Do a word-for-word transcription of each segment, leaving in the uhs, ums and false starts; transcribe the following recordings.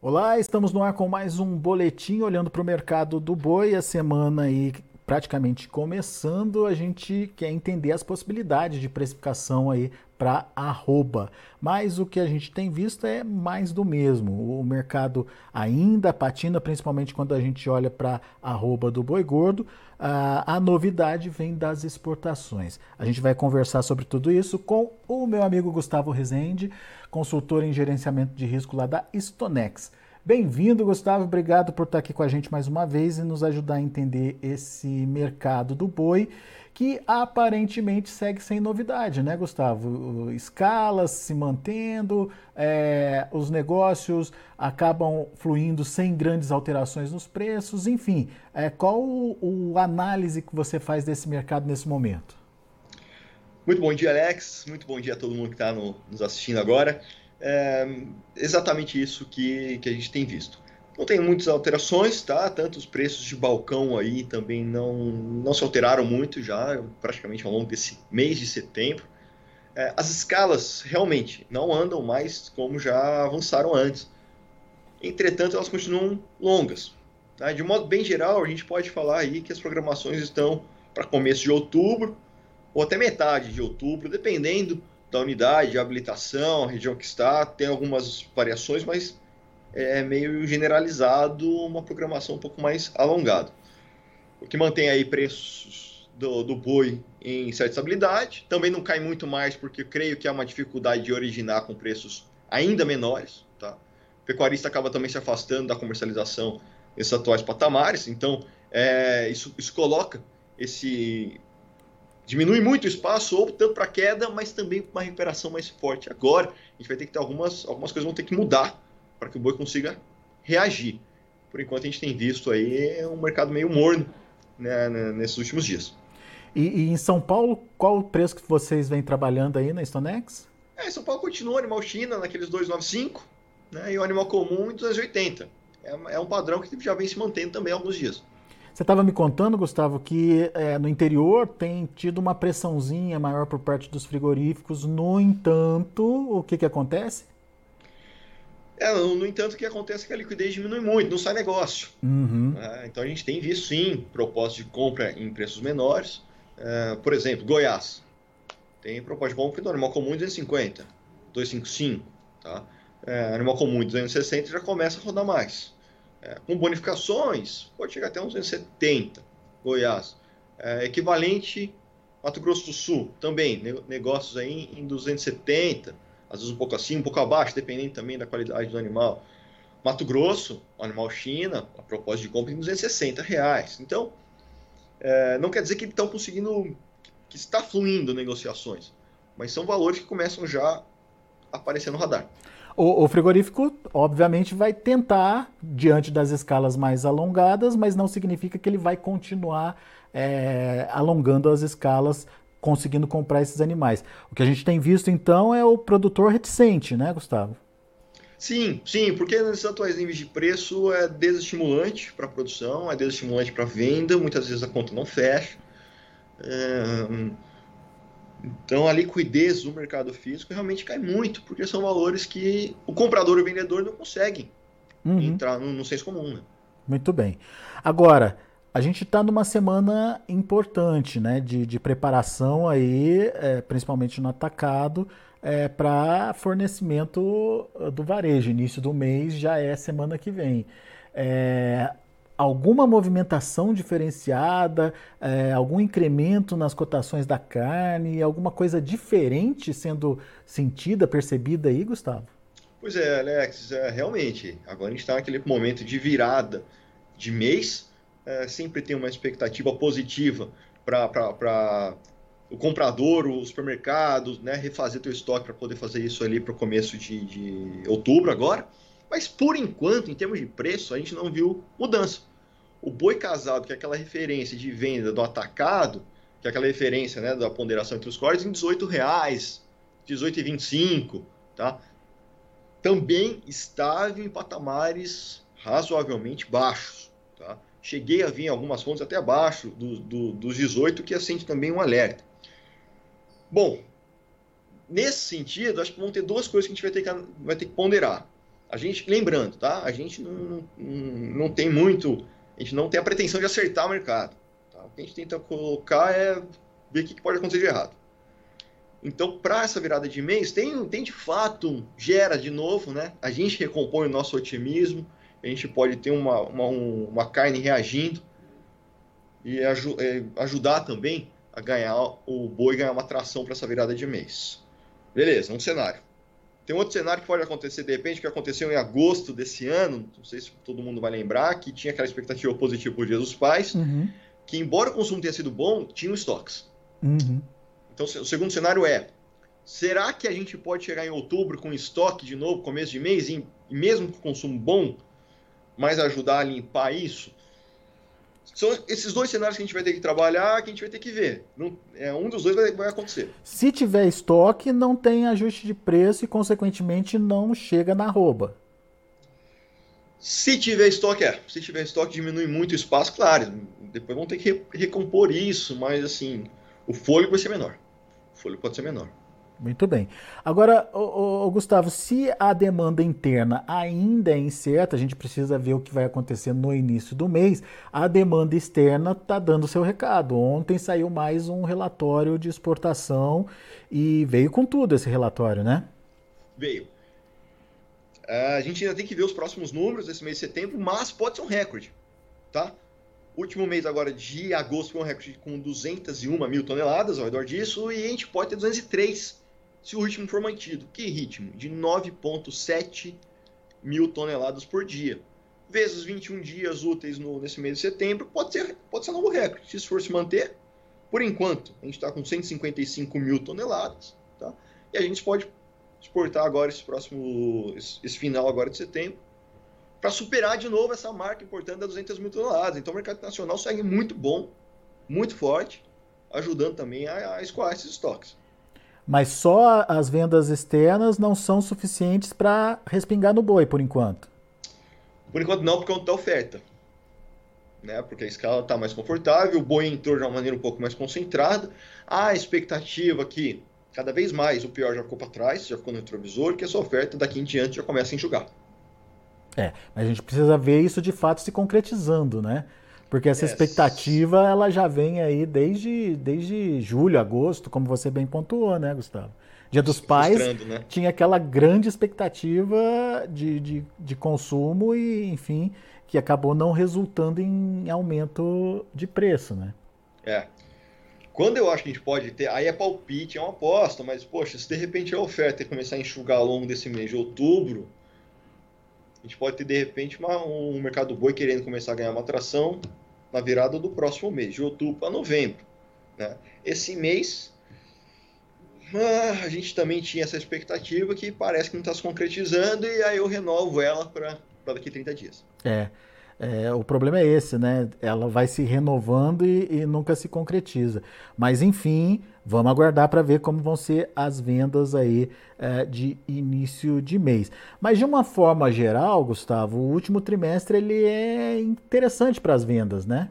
Olá, estamos no ar com mais um boletim olhando para o mercado do boi. A semana aí praticamente começando, a gente quer entender as possibilidades de precificação aí para arroba. Mas o que a gente tem visto é mais do mesmo. O mercado ainda patina, principalmente quando a gente olha para arroba do boi gordo. A, a novidade vem das exportações. A gente vai conversar sobre tudo isso com o meu amigo Gustavo Rezende, consultor em gerenciamento de risco lá da Stonex. Bem-vindo, Gustavo. Obrigado por estar aqui com a gente mais uma vez e nos ajudar a entender esse mercado do boi, que aparentemente segue sem novidade, né, Gustavo? Escalas se mantendo, é, os negócios acabam fluindo sem grandes alterações nos preços, enfim. É, qual o, o análise que você faz desse mercado nesse momento? Muito bom dia, Alex. Muito bom dia a todo mundo que está no, nos assistindo agora. É exatamente isso que, que a gente tem visto. Não tem muitas alterações, tá? Tanto os preços de balcão aí também não, não se alteraram muito já, praticamente ao longo desse mês de setembro. É, as escalas realmente não andam mais como já avançaram antes. Entretanto, elas continuam longas. Tá? De modo bem geral, a gente pode falar aí que as programações estão para começo de outubro, ou até metade de outubro, dependendo da unidade, de habilitação, a região que está, tem algumas variações, mas é meio generalizado uma programação um pouco mais alongada. O que mantém aí preços do, do boi em certa estabilidade, também não cai muito mais, porque eu creio que há uma dificuldade de originar com preços ainda menores, tá? O pecuarista acaba também se afastando da comercialização nesses atuais patamares, então é, isso, isso coloca esse... diminui muito o espaço, ou tanto para queda, mas também para uma recuperação mais forte. Agora, a gente vai ter que ter algumas, algumas coisas vão ter que mudar para que o boi consiga reagir. Por enquanto, a gente tem visto aí um mercado meio morno, né, nesses últimos dias. E, e em São Paulo, qual o preço que vocês vêm trabalhando aí na Stonex? É, São Paulo continua o animal China naqueles duzentos e noventa e cinco, né, e o animal comum em duzentos e oitenta. É, é um padrão que já vem se mantendo também há alguns dias. Você estava me contando, Gustavo, que é, no interior tem tido uma pressãozinha maior por parte dos frigoríficos. No entanto, o que, que acontece? É, no, no entanto, o que acontece é que a liquidez diminui muito, não sai negócio. Uhum. É, então a gente tem visto sim propostas de compra em preços menores. É, por exemplo, Goiás tem proposta de compra do animal comum duzentos e cinquenta, duzentos e cinquenta e cinco. Tá? É, animal comum duzentos e sessenta já começa a rodar mais. É, com bonificações, pode chegar até uns duzentos e setenta, Goiás. É, equivalente, Mato Grosso do Sul, também, negócios aí em duzentos e setenta, às vezes um pouco acima, um pouco abaixo, dependendo também da qualidade do animal. Mato Grosso, o animal China, a proposta de compra em duzentos e sessenta reais. Então, é, não quer dizer que estão conseguindo, que está fluindo negociações, mas são valores que começam já a aparecer no radar. O, o frigorífico, obviamente, vai tentar, diante das escalas mais alongadas, mas não significa que ele vai continuar é, alongando as escalas, conseguindo comprar esses animais. O que a gente tem visto, então, é o produtor reticente, né, Gustavo? Sim, sim, porque nesses atuais níveis de preço é desestimulante para a produção, é desestimulante para a venda, muitas vezes a conta não fecha. É, então a liquidez do mercado físico realmente cai muito, porque são valores que o comprador e o vendedor não conseguem Uhum. entrar no, no senso comum, né? Muito bem. Agora, a gente está numa semana importante, né, de, de preparação aí, é, principalmente no atacado, é, para fornecimento uh, do varejo. Início do mês já é semana que vem. É, alguma movimentação diferenciada, é, algum incremento nas cotações da carne, alguma coisa diferente sendo sentida, percebida aí, Gustavo? Pois é, Alex, é, realmente, agora a gente está naquele momento de virada de mês, é, sempre tem uma expectativa positiva para o comprador, os supermercados, né, refazer teu estoque para poder fazer isso ali para o começo de, de outubro agora. Mas por enquanto, em termos de preço, a gente não viu mudança. O boi casado, que é aquela referência de venda do atacado, que é aquela referência, né, da ponderação entre os cortes, em dezoito reais, dezoito e vinte e cinco, tá? Também estável em patamares razoavelmente baixos. Tá? Cheguei a vir em algumas fontes até abaixo do, do, dos dezoito, que acende também um alerta. Bom, nesse sentido, acho que vão ter duas coisas que a gente vai ter que, vai ter que ponderar. A gente, lembrando, tá? A gente não, não, não tem muito, a gente não tem a pretensão de acertar o mercado. Tá? O que a gente tenta colocar é ver o que pode acontecer de errado. Então, para essa virada de mês, tem, tem de fato, gera de novo, né? A gente recompõe o nosso otimismo, a gente pode ter uma, uma, uma carne reagindo e aju, é, ajudar também a ganhar, o boi ganhar uma tração para essa virada de mês. Beleza, um cenário. Tem outro cenário que pode acontecer, de repente, que aconteceu em agosto desse ano, não sei se todo mundo vai lembrar, que tinha aquela expectativa positiva por Dia dos Pais, uhum. que embora o consumo tenha sido bom, tinha estoques. Uhum. Então, o segundo cenário é, será que a gente pode chegar em outubro com estoque de novo, começo de mês, e mesmo com consumo bom, mas ajudar a limpar isso? São esses dois cenários que a gente vai ter que trabalhar, que a gente vai ter que ver. Não, é, um dos dois vai, vai acontecer. Se tiver estoque, não tem ajuste de preço e, consequentemente, não chega na arroba. Se tiver estoque, é. Se tiver estoque, diminui muito o espaço, claro. Depois vão ter que recompor isso, mas, assim, o fôlego vai ser menor. O fôlego pode ser menor. Muito bem. Agora, ô, ô, Gustavo, se a demanda interna ainda é incerta, a gente precisa ver o que vai acontecer no início do mês, a demanda externa está dando seu recado. Ontem saiu mais um relatório de exportação e veio com tudo esse relatório, né? Veio. A gente ainda tem que ver os próximos números desse mês de setembro, mas pode ser um recorde, tá? O último mês agora de agosto foi um recorde com duzentas e uma mil toneladas ao redor disso, e a gente pode ter duzentas e três se o ritmo for mantido. Que ritmo? De nove vírgula sete mil toneladas por dia. Vezes vinte e um dias úteis no, nesse mês de setembro, pode ser, pode ser um novo recorde. Se isso for se manter, por enquanto, a gente está com cento e cinquenta e cinco mil toneladas, tá? E a gente pode exportar agora esse próximo, esse, esse final agora de setembro, para superar de novo essa marca importante das duzentas mil toneladas. Então o mercado nacional segue muito bom, muito forte, ajudando também a, a escoar esses estoques. Mas só as vendas externas não são suficientes para respingar no boi, por enquanto. Por enquanto não, por conta da oferta. Né? Porque a escala está mais confortável, o boi entrou de uma maneira um pouco mais concentrada. Há a expectativa que, cada vez mais, o pior já ficou para trás, já ficou no retrovisor, que essa oferta daqui em diante já começa a enxugar. É, mas a gente precisa ver isso de fato se concretizando, né? Porque essa É, expectativa, ela já vem aí desde, desde julho, agosto, como você bem pontuou, né, Gustavo? Dia dos Pais, né? tinha aquela grande expectativa de, de, de consumo e, enfim, que acabou não resultando em aumento de preço, né? É. Quando eu acho que a gente pode ter, aí é palpite, é uma aposta, mas, poxa, se de repente a oferta começar a enxugar ao longo desse mês de outubro, a gente pode ter, de repente, uma, um mercado do boi querendo começar a ganhar uma atração na virada do próximo mês, de outubro para novembro. Né? Esse mês, ah, a gente também tinha essa expectativa que parece que não está se concretizando, e aí eu renovo ela para daqui a trinta dias. É, é, o problema é esse, né? Ela vai se renovando e, e nunca se concretiza. Mas, enfim, vamos aguardar para ver como vão ser as vendas aí é, de início de mês. Mas, de uma forma geral, Gustavo, o último trimestre ele é interessante para as vendas, né?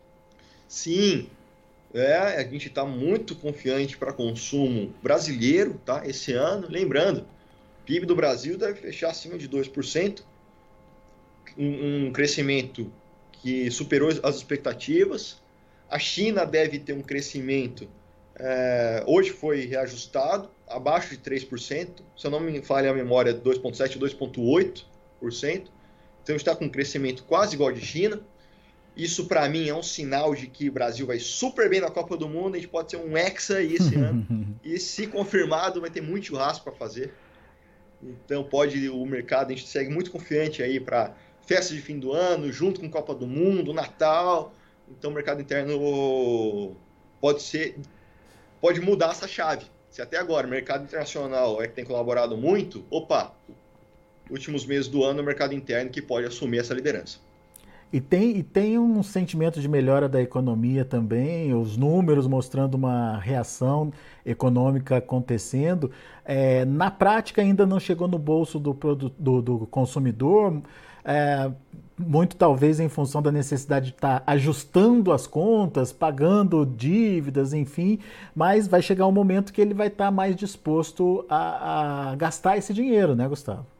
Sim, é, a gente está muito confiante para consumo brasileiro, tá? Esse ano, lembrando, o P I B do Brasil deve fechar acima de dois por cento, um, um crescimento que superou as expectativas. A China deve ter um crescimento, é, hoje foi reajustado, abaixo de três por cento, se eu não me falha a memória, dois vírgula sete por cento, dois vírgula oito por cento, então está com um crescimento quase igual de China. Isso, para mim, é um sinal de que o Brasil vai super bem na Copa do Mundo, a gente pode ser um hexa aí esse ano, e se confirmado, vai ter muito churrasco para fazer. Então, pode o mercado, a gente segue muito confiante aí para festa de fim do ano, junto com Copa do Mundo, Natal. Então, o mercado interno pode ser, pode mudar essa chave. Se até agora o mercado internacional é que tem colaborado muito, opa, últimos meses do ano, o mercado interno que pode assumir essa liderança. E tem, e tem um sentimento de melhora da economia também, os números mostrando uma reação econômica acontecendo. É, na prática ainda não chegou no bolso do, do, do consumidor, é, muito talvez em função da necessidade de estar ajustando as contas, pagando dívidas, enfim, mas vai chegar um momento que ele vai estar mais disposto a, a gastar esse dinheiro, né, Gustavo?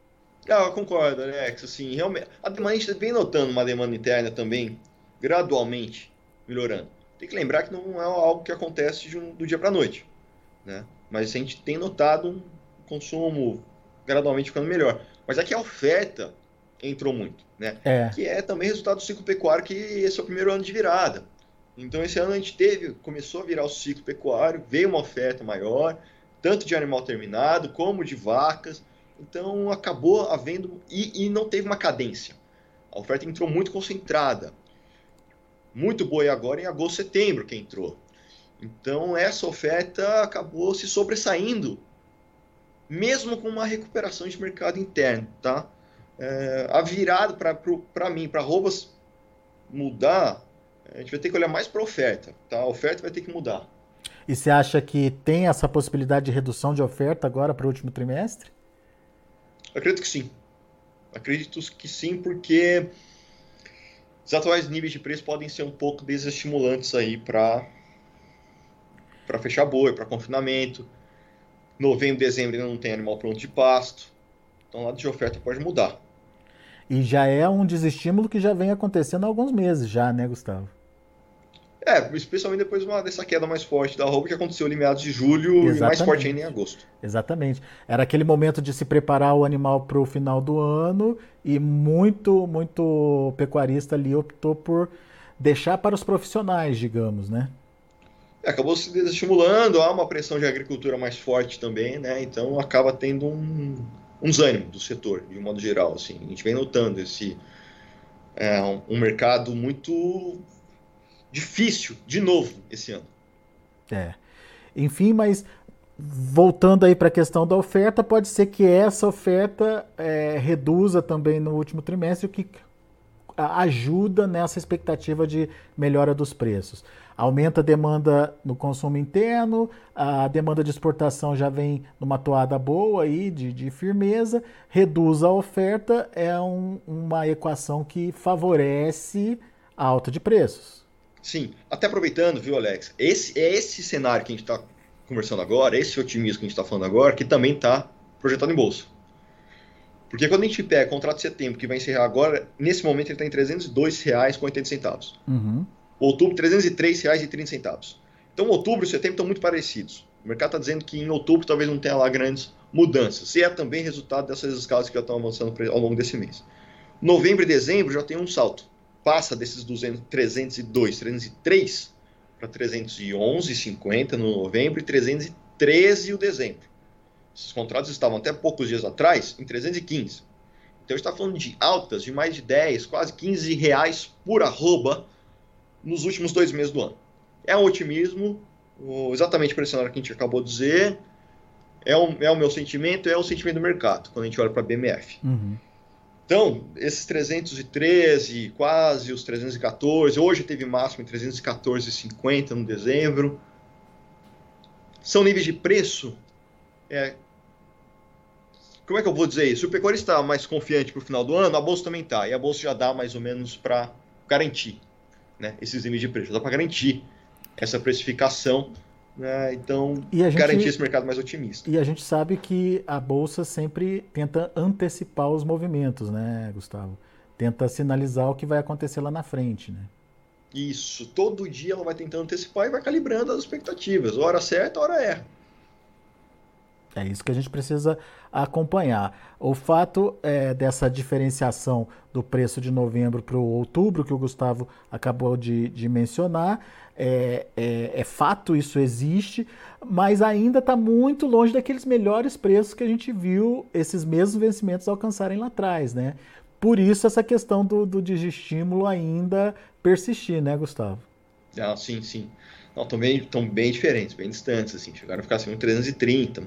Ah, eu concordo, Alex. Assim, realmente, a demanda, a gente vem notando uma demanda interna também, gradualmente melhorando. Tem que lembrar que não é algo que acontece de um, do dia para a noite, né? Mas a gente tem notado um consumo gradualmente ficando melhor. Mas aqui a oferta entrou muito, né? É. Que é também resultado do ciclo pecuário, que esse é o primeiro ano de virada. Então, esse ano a gente teve, começou a virar o ciclo pecuário, veio uma oferta maior, tanto de animal terminado como de vacas. Então, acabou havendo, e, e não teve uma cadência. A oferta entrou muito concentrada. Muito boi agora em agosto, setembro que entrou. Então, essa oferta acabou se sobressaindo, mesmo com uma recuperação de mercado interno, tá? É, a virada para mim, para arrobas mudar, a gente vai ter que olhar mais para a oferta, tá? A oferta vai ter que mudar. E você acha que tem essa possibilidade de redução de oferta agora para o último trimestre? Eu acredito que sim. Acredito que sim, porque os atuais níveis de preço podem ser um pouco desestimulantes aí para para fechar boi, para confinamento. Novembro, dezembro ainda não tem animal pronto de pasto. Então, o lado de oferta pode mudar. E já é um desestímulo que já vem acontecendo há alguns meses já, né, Gustavo? É, especialmente depois uma, dessa queda mais forte da arroba que aconteceu em meados de julho e mais forte ainda em Exatamente. agosto. Exatamente. Era aquele momento de se preparar o animal para o final do ano e muito, muito pecuarista ali optou por deixar para os profissionais, digamos, né? É, acabou se desestimulando, há uma pressão de agricultura mais forte também, né? Então acaba tendo um, um desânimo do setor, de um modo geral. Assim. A gente vem notando esse é, um, um mercado muito difícil, de novo, esse ano. É. Enfim, mas voltando aí para a questão da oferta, pode ser que essa oferta é, reduza também no último trimestre, o que ajuda nessa expectativa de melhora dos preços. Aumenta a demanda no consumo interno, a demanda de exportação já vem numa toada boa aí, de, de firmeza, reduz a oferta, é um, uma equação que favorece a alta de preços. Sim, até aproveitando, viu, Alex? Esse, é esse cenário que a gente está conversando agora, esse otimismo que a gente está falando agora, que também está projetado em bolsa. Porque quando a gente pega o contrato de setembro, que vai encerrar agora, nesse momento ele está em trezentos e dois reais e oitenta centavos. Uhum. Outubro, trezentos e três reais e trinta centavos. Então, outubro e setembro estão muito parecidos. O mercado está dizendo que em outubro talvez não tenha lá grandes mudanças. E é também resultado dessas escalas que já estão avançando ao longo desse mês. Novembro e dezembro já tem um salto. Passa desses duzentos, trezentos e dois, trezentos e três para trezentos e onze e cinquenta no novembro e trezentos e treze o dezembro. Esses contratos estavam até poucos dias atrás em trezentos e quinze. Então, a gente está falando de altas de mais de dez, quase quinze reais por arroba nos últimos dois meses do ano. É um otimismo, exatamente para esse cenário que a gente acabou de dizer, é o, é o meu sentimento, é o sentimento do mercado, quando a gente olha para a B M F. Uhum. Então, esses trezentos e treze, quase os trezentos e quatorze, hoje teve máximo em trezentos e quatorze e cinquenta no dezembro, são níveis de preço, é, como é que eu vou dizer isso? Se o pecuarista está mais confiante para o final do ano, a bolsa também está, e a bolsa já dá mais ou menos para garantir, né, esses níveis de preço, dá para garantir essa precificação, né, então E a garantir gente, esse mercado mais otimista. e a gente sabe que a bolsa sempre tenta antecipar os movimentos, né, Gustavo? Tenta sinalizar o que vai acontecer lá na frente, né? Isso, todo dia ela vai tentando antecipar e vai calibrando as expectativas, hora certa, hora erra. É isso que a gente precisa acompanhar. O fato é, dessa diferenciação do preço de novembro para o outubro, que o Gustavo acabou de, de mencionar, é, é, é fato, isso existe, mas ainda está muito longe daqueles melhores preços que a gente viu esses mesmos vencimentos alcançarem lá atrás, né? Por isso essa questão do, do desestímulo ainda persistir, né, Gustavo? Ah, sim, sim. Não, estão bem, tão bem diferentes, bem distantes, assim, chegaram a ficar assim, em trezentos e trinta.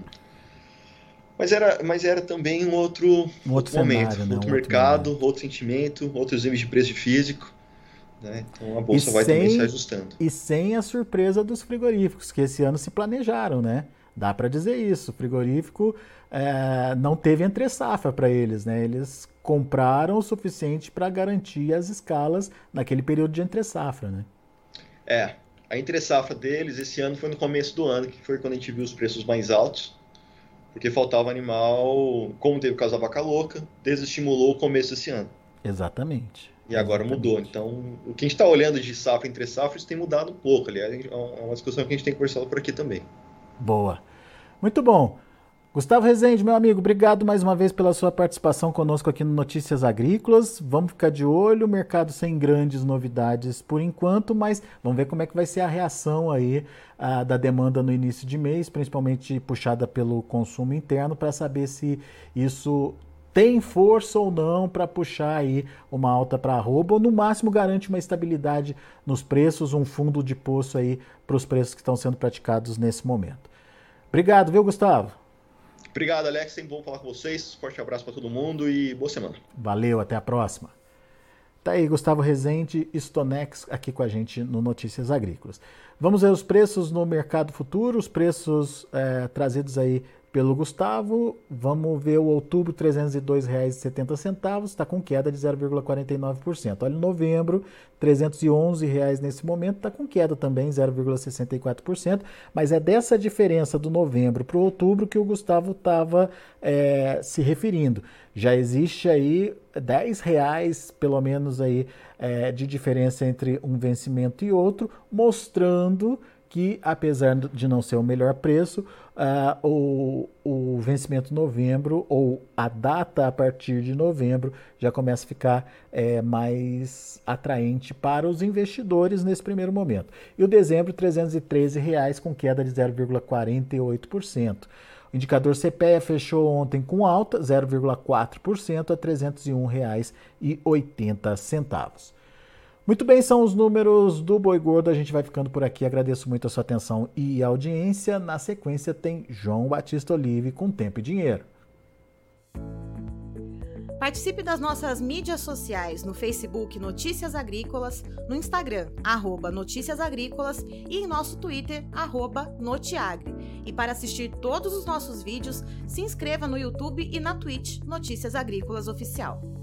Mas era, mas era também um outro, Um outro outro momento, cenário, né? outro Um outro mercado, momento. outro sentimento, outros níveis de preço físico, né? Então a E bolsa vai também se sem, ajustando. e sem a surpresa dos frigoríficos, que esse ano se planejaram, né? Dá para dizer isso. O frigorífico é, não teve entre-safra para eles, né? Eles compraram o suficiente para garantir as escalas naquele período de entre-safra, né? É, a entre-safra deles esse ano foi no começo do ano, que foi quando a gente viu os preços mais altos. porque faltava animal, como teve o caso da vaca louca, desestimulou o começo desse ano. Exatamente. E agora Exatamente. mudou. Então, o que a gente está olhando de safra entre safras tem mudado um pouco. Aliás, é uma discussão que a gente tem conversado por aqui também. Boa. Muito bom. Gustavo Rezende, meu amigo, obrigado mais uma vez pela sua participação conosco aqui no Notícias Agrícolas. Vamos ficar de olho, mercado sem grandes novidades por enquanto, mas vamos ver como é que vai ser a reação aí a, da demanda no início de mês, principalmente puxada pelo consumo interno, para saber se isso tem força ou não para puxar aí uma alta para arroba, ou no máximo garante uma estabilidade nos preços, um fundo de poço aí para os preços que estão sendo praticados nesse momento. Obrigado, viu, Gustavo? Obrigado, Alex. Sempre bom falar com vocês. Forte abraço para todo mundo e boa semana. Valeu, até a próxima. Tá aí, Gustavo Rezende, Stonex, aqui com a gente no Notícias Agrícolas. Vamos ver os preços no mercado futuro, os preços é, trazidos aí pelo Gustavo. Vamos ver o outubro, trezentos e dois reais e setenta centavos, está com queda de zero vírgula quarenta e nove por cento. Olha, novembro, trezentos e onze reais nesse momento, está com queda também, zero vírgula sessenta e quatro por cento, mas é dessa diferença do novembro para o outubro que o Gustavo estava é, se referindo. Já existe aí dez reais, pelo menos, aí, é, de diferença entre um vencimento e outro, mostrando que, apesar de não ser o melhor preço, uh, o, o vencimento novembro, ou a data a partir de novembro, já começa a ficar é, mais atraente para os investidores nesse primeiro momento. E o dezembro, trezentos e treze reais, com queda de zero vírgula quarenta e oito por cento. O indicador C P E A fechou ontem com alta, zero vírgula quatro por cento, a trezentos e um reais e oitenta centavos. Muito bem, são os números do Boi Gordo. A gente vai ficando por aqui. Agradeço muito a sua atenção e audiência. Na sequência tem João Batista Olive com Tempo e Dinheiro. Participe das nossas mídias sociais no Facebook Notícias Agrícolas, no Instagram, arroba Notícias Agrícolas e em nosso Twitter, arroba Notiagre. E para assistir todos os nossos vídeos, se inscreva no YouTube e na Twitch Notícias Agrícolas Oficial.